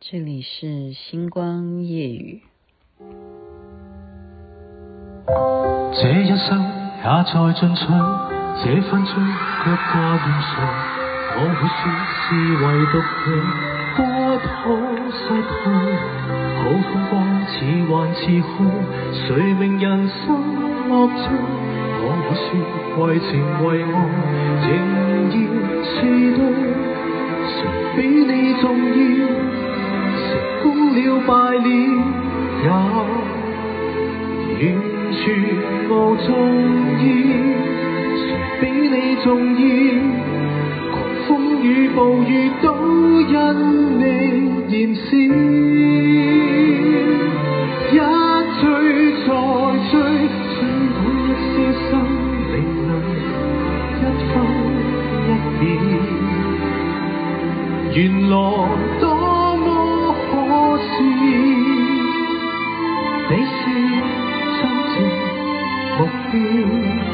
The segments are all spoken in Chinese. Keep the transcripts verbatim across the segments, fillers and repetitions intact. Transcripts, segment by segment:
这里是星光夜雨。 这一生也在進取，這分鐘腳下現誰？我會說是唯獨你不可失去。好風光似幻似虛，誰明人生樂趣？我會說為情為愛，情義是對，誰比你重要？成功了敗了也完全無重要，誰比你重要？狂風與暴雨都因你燃燒，一追再追，追到一些生命裏一分一秒，原來多麼可笑，你是真正目標，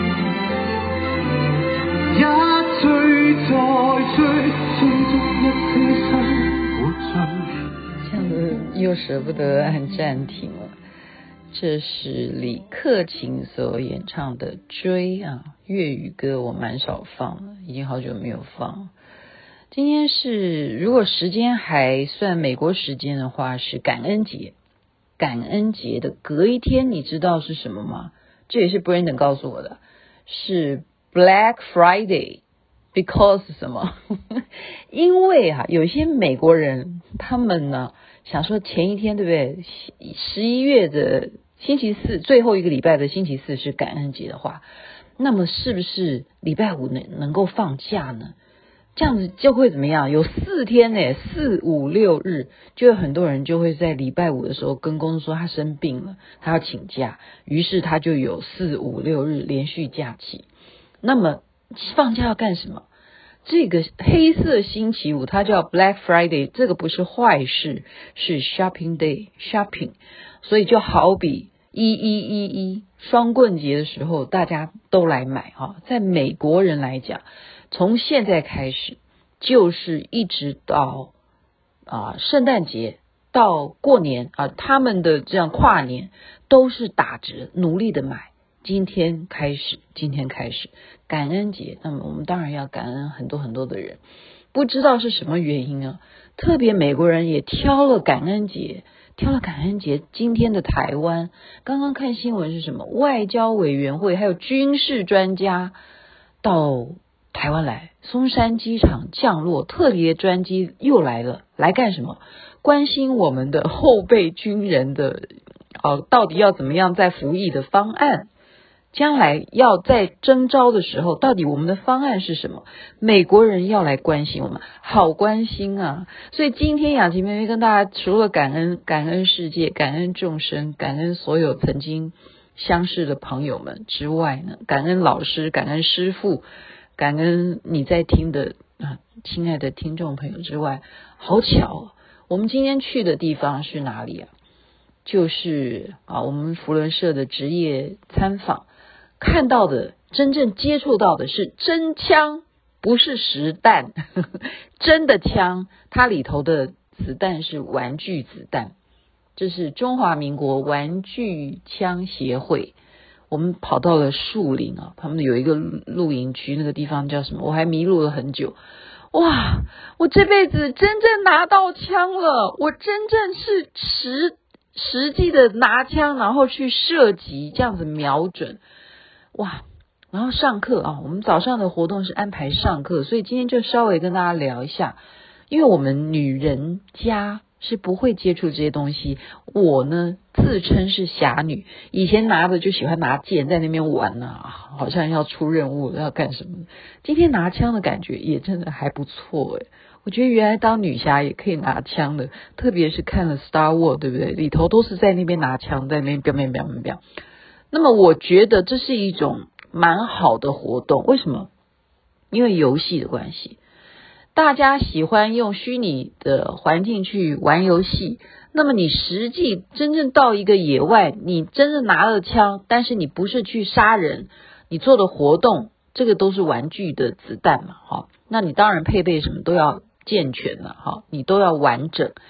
一追再追，追蹤一些生活醉。 这样子又舍不得按暂停了。这是李克勤所演唱的《追》啊，粤语歌我蛮少放了，已经好久没有放。今天是如果时间还算美国时间的话，是感恩节。感恩节的隔一天，你知道是什么吗？这也是 Brandon 告诉我的，是 Black Friday。Because 什么？因为啊，有些美国人他们呢想说前一天对不对？十一月的星期四，最后一个礼拜的星期四是感恩节的话，那么是不是礼拜五能能够放假呢？这样子就会怎么样？有四天呢，四五六日，就有很多人就会在礼拜五的时候跟公司说他生病了，他要请假，于是他就有四五六日连续假期。那么放假要干什么？这个黑色星期五它叫 Black Friday， 这个不是坏事，是 Shopping Day Shopping。 所以就好比一一一一双棍节的时候大家都来买啊，在美国人来讲，从现在开始就是一直到啊圣诞节到过年啊，他们的这样跨年都是打折，努力的买。今天开始，今天开始感恩节，那么我们当然要感恩很多很多的人。不知道是什么原因啊，特别美国人也挑了感恩节，挑了感恩节。今天的台湾，刚刚看新闻是什么？外交委员会还有军事专家到台湾来，松山机场降落，特别专机又来了，来干什么？关心我们的后备军人的呃，到底要怎么样在服役的方案。将来要在征召的时候，到底我们的方案是什么？美国人要来关心我们，好关心啊！所以今天雅琪妹妹跟大家除了感恩感恩世界、感恩众生、感恩所有曾经相识的朋友们之外呢，感恩老师、感恩师父、感恩你在听的啊，亲爱的听众朋友之外，好巧，我们今天去的地方是哪里啊？就是啊，我们扶轮社的职业参访。看到的真正接触到的是真枪，不是实弹，呵呵，真的枪，它里头的子弹是玩具子弹。这是中华民国玩具枪协会，我们跑到了树林啊，他们有一个露营区，那个地方叫什么？我还迷路了很久。哇，我这辈子真正拿到枪了，我真正是实实际的拿枪，然后去射击，这样子瞄准。哇，然后上课啊，我们早上的活动是安排上课，所以今天就稍微跟大家聊一下，因为我们女人家是不会接触这些东西。我呢自称是侠女，以前拿的就喜欢拿剑在那边玩啊，好像要出任务要干什么。今天拿枪的感觉也真的还不错诶，我觉得原来当女侠也可以拿枪的，特别是看了 Star Wars 对不对，里头都是在那边拿枪，在那边彪彪彪彪彪。那么我觉得这是一种蛮好的活动，为什么？因为游戏的关系，大家喜欢用虚拟的环境去玩游戏，那么你实际真正到一个野外，你真正拿了枪，但是你不是去杀人，你做的活动，这个都是玩具的子弹嘛，哈，那你当然配备什么都要健全了，哈，你都要完整。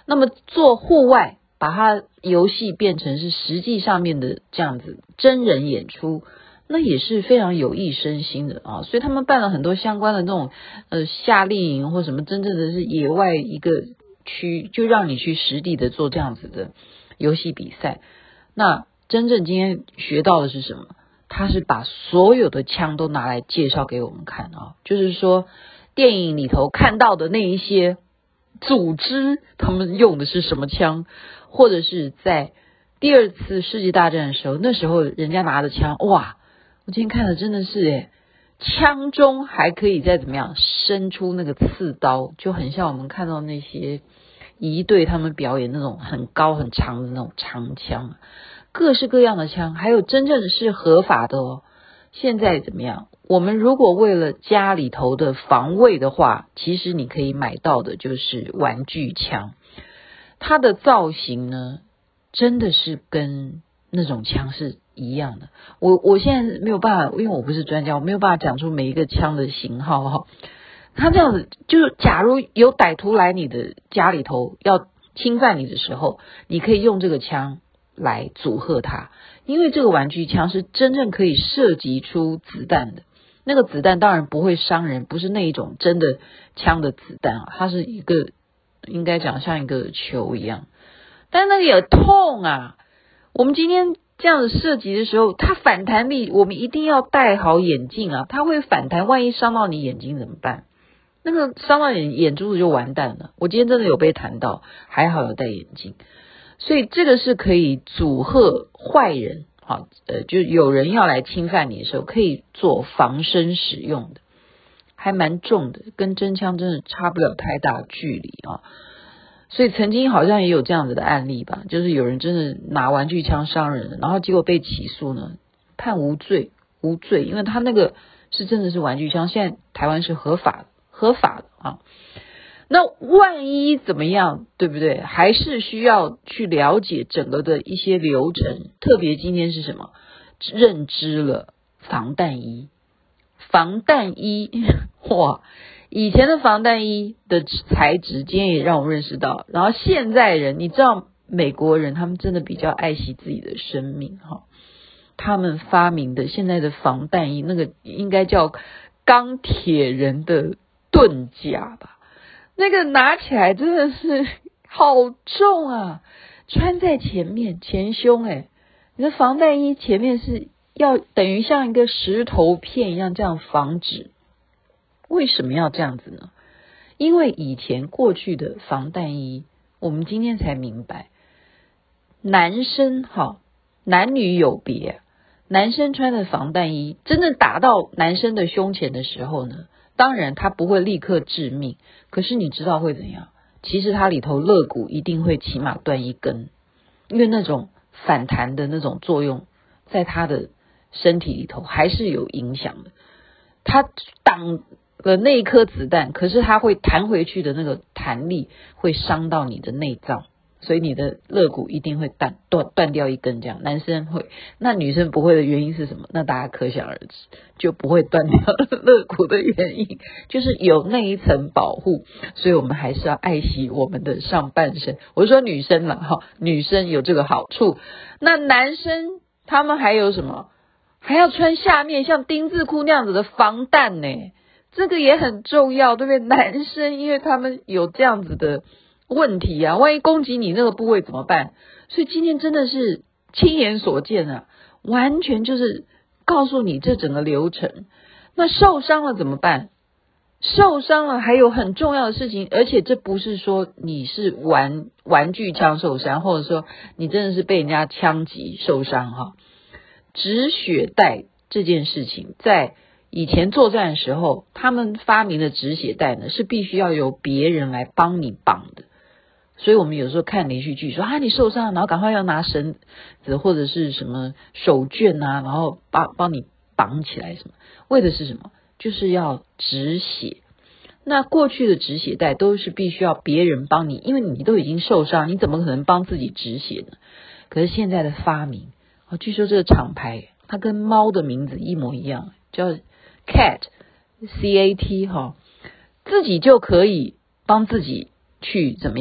那么做户外，把它游戏变成是实际上面的这样子真人演出，那也是非常有益身心的啊。所以他们办了很多相关的那种呃夏令营或什么，真正的是野外一个区，就让你去实地的做这样子的游戏比赛。那真正今天学到的是什么？他是把所有的枪都拿来介绍给我们看啊，就是说电影里头看到的那一些组织，他们用的是什么枪，或者是在第二次世界大战的时候，那时候人家拿的枪，哇，我今天看的真的是诶，枪中还可以再怎么样伸出那个刺刀，就很像我们看到那些仪队他们表演那种很高很长的那种长枪，各式各样的枪，还有真正是合法的哦。现在怎么样？我们如果为了家里头的防卫的话，其实你可以买到的就是玩具枪，它的造型呢，真的是跟那种枪是一样的。我我现在没有办法，因为我不是专家，我没有办法讲出每一个枪的型号哈。它这样子，就是假如有歹徒来你的家里头要侵犯你的时候，你可以用这个枪来阻吓它，因为这个玩具枪是真正可以射击出子弹的。那个子弹当然不会伤人，不是那一种真的枪的子弹啊，它是一个应该讲像一个球一样，但那个也痛啊。我们今天这样子射击的时候，它反弹力，我们一定要戴好眼镜啊，它会反弹，万一伤到你眼睛怎么办？那个伤到眼眼珠子就完蛋了。我今天真的有被弹到，还好有戴眼镜，所以这个是可以阻吓坏人。好，呃，就有人要来侵犯你的时候，可以做防身使用的，还蛮重的，跟真枪真的差不了太大距离啊。所以曾经好像也有这样子的案例吧，就是有人真的拿玩具枪伤人，然后结果被起诉呢，判无罪，无罪，因为他那个是真的是玩具枪，现在台湾是合法的，合法的啊。那万一怎么样，对不对？还是需要去了解整个的一些流程，特别今天是什么？认知了防弹衣，防弹衣，哇！以前的防弹衣的材质，今天也让我认识到。然后现在人，你知道美国人他们真的比较爱惜自己的生命哈，他们发明的现在的防弹衣，那个应该叫钢铁人的盾甲吧。那个拿起来真的是好重啊，穿在前面前胸诶，你的防弹衣前面是要等于像一个石头片一样这样防止。为什么要这样子呢？因为以前过去的防弹衣，我们今天才明白，男生哈，男女有别，男生穿的防弹衣真正打到男生的胸前的时候呢，当然他不会立刻致命，可是你知道会怎样？其实它里头肋骨一定会起码断一根，因为那种反弹的那种作用在他的身体里头还是有影响的。他挡了那一颗子弹，可是它会弹回去的那个弹力会伤到你的内脏，所以你的肋骨一定会断断断掉一根，这样男生会，那女生不会的原因是什么？那大家可想而知，就不会断掉肋骨的原因就是有那一层保护，所以我们还是要爱惜我们的上半身。我说女生啦哈，女生有这个好处，那男生他们还有什么？还要穿下面像丁字裤那样子的防弹呢，这个也很重要，对不对？男生因为他们有这样子的问题啊，万一攻击你那个部位怎么办？所以今天真的是亲眼所见啊，完全就是告诉你这整个流程。那受伤了怎么办？受伤了还有很重要的事情，而且这不是说你是玩玩具枪受伤，或者说你真的是被人家枪击受伤哈。止血带这件事情，在以前作战的时候，他们发明的止血带呢，是必须要由别人来帮你绑的。所以我们有时候看连续剧说啊，你受伤了，然后赶快要拿绳子或者是什么手绢啊，然后帮帮你绑起来什么，为的是什么？就是要止血。那过去的止血带都是必须要别人帮你，因为你都已经受伤，你怎么可能帮自己止血呢？可是现在的发明，哦，据说这个厂牌它跟猫的名字一模一样，叫 Cat C A T 哈，自己就可以帮自己去怎么样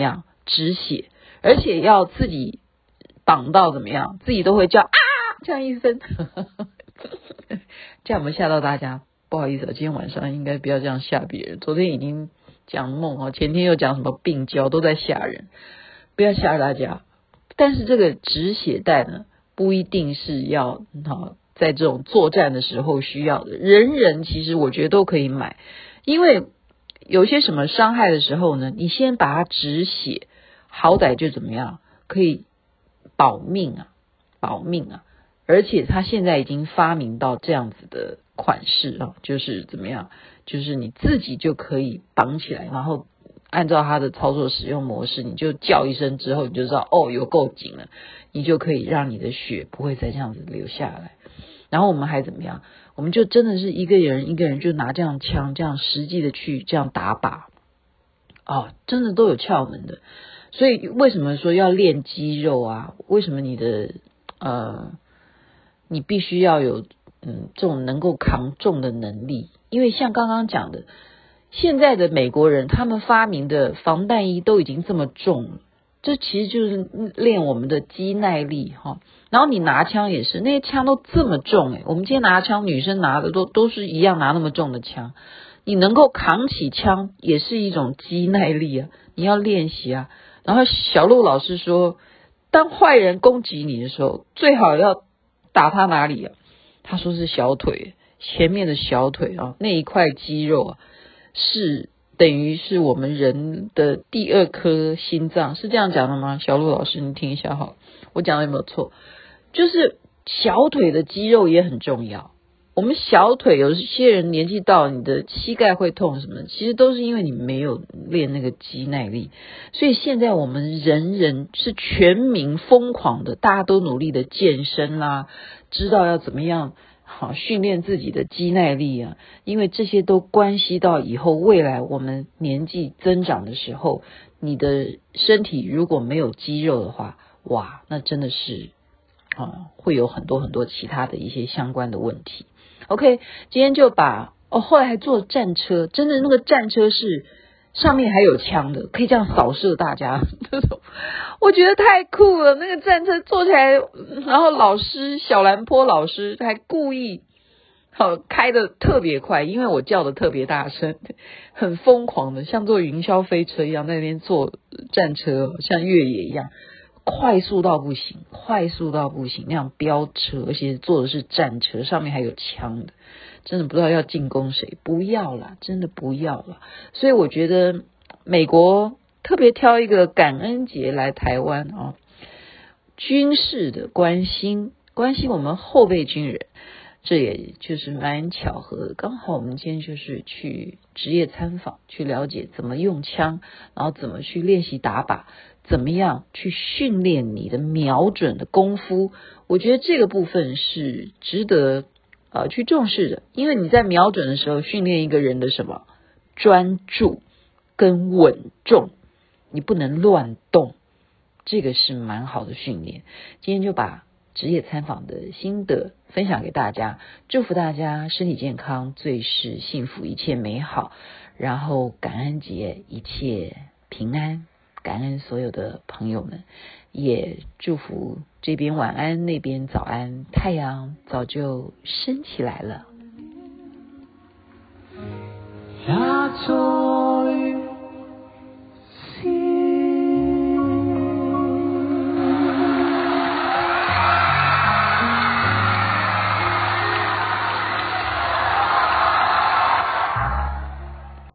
止血，而且要自己绑到怎么样，自己都会叫啊这样一声这样有没有吓到大家？不好意思，今天晚上应该不要这样吓别人，昨天已经讲梦哦，前天又讲什么病娇，都在吓人，不要吓大家。但是这个止血带呢，不一定是要好在这种作战的时候需要的，人人其实我觉得都可以买，因为有些什么伤害的时候呢，你先把它止血，好歹就怎么样可以保命啊，保命啊！而且他现在已经发明到这样子的款式啊，就是怎么样，就是你自己就可以绑起来，然后按照它的操作使用模式，你就叫一声之后，你就知道哦，有够紧了，你就可以让你的血不会再这样子流下来。然后我们还怎么样？我们就真的是一个人一个人就拿这样枪，这样实际的去这样打靶，哦，真的都有窍门的。所以为什么说要练肌肉啊？为什么你的呃，你必须要有嗯这种能够扛重的能力？因为像刚刚讲的，现在的美国人他们发明的防弹衣都已经这么重了，这其实就是练我们的肌耐力哈。然后你拿枪也是，那些枪都这么重诶，我们今天拿枪，女生拿的都都是一样拿那么重的枪，你能够扛起枪也是一种肌耐力啊，你要练习啊。然后小陆老师说，当坏人攻击你的时候，最好要打他哪里啊？他说是小腿，前面的小腿啊，那一块肌肉啊，是等于是我们人的第二颗心脏，是这样讲的吗？小陆老师，你听一下好，我讲的有没有错？就是小腿的肌肉也很重要。我们小腿有些人年纪到了，你的膝盖会痛什么的，其实都是因为你没有练那个肌耐力。所以现在我们人人是全民疯狂的，大家都努力的健身啦，知道要怎么样好训练自己的肌耐力啊，因为这些都关系到以后未来我们年纪增长的时候，你的身体如果没有肌肉的话，哇，那真的是啊，会有很多很多其他的一些相关的问题。OK， 今天就把哦，后来还坐战车，真的那个战车是上面还有枪的，可以这样扫射大家，我觉得太酷了。那个战车坐起来，然后老师小兰坡老师还故意好开的特别快，因为我叫的特别大声，很疯狂的，像坐云霄飞车一样，在那边坐战车，像越野一样。快速到不行，快速到不行，那样飙车，而且坐的是战车，上面还有枪的，真的不知道要进攻谁，不要啦，真的不要啦。所以我觉得美国特别挑一个感恩节来台湾啊，军事的关心，关心我们后备军人，这也就是蛮巧合的。刚好我们今天就是去职业参访，去了解怎么用枪，然后怎么去练习打靶，怎么样去训练你的瞄准的功夫。我觉得这个部分是值得呃去重视的，因为你在瞄准的时候训练一个人的什么专注跟稳重，你不能乱动，这个是蛮好的训练。今天就把职业参访的心得分享给大家，祝福大家身体健康，最是幸福，一切美好，然后感恩节一切平安，感恩所有的朋友们，也祝福这边晚安，那边早安，太阳早就升起来了。 亚洲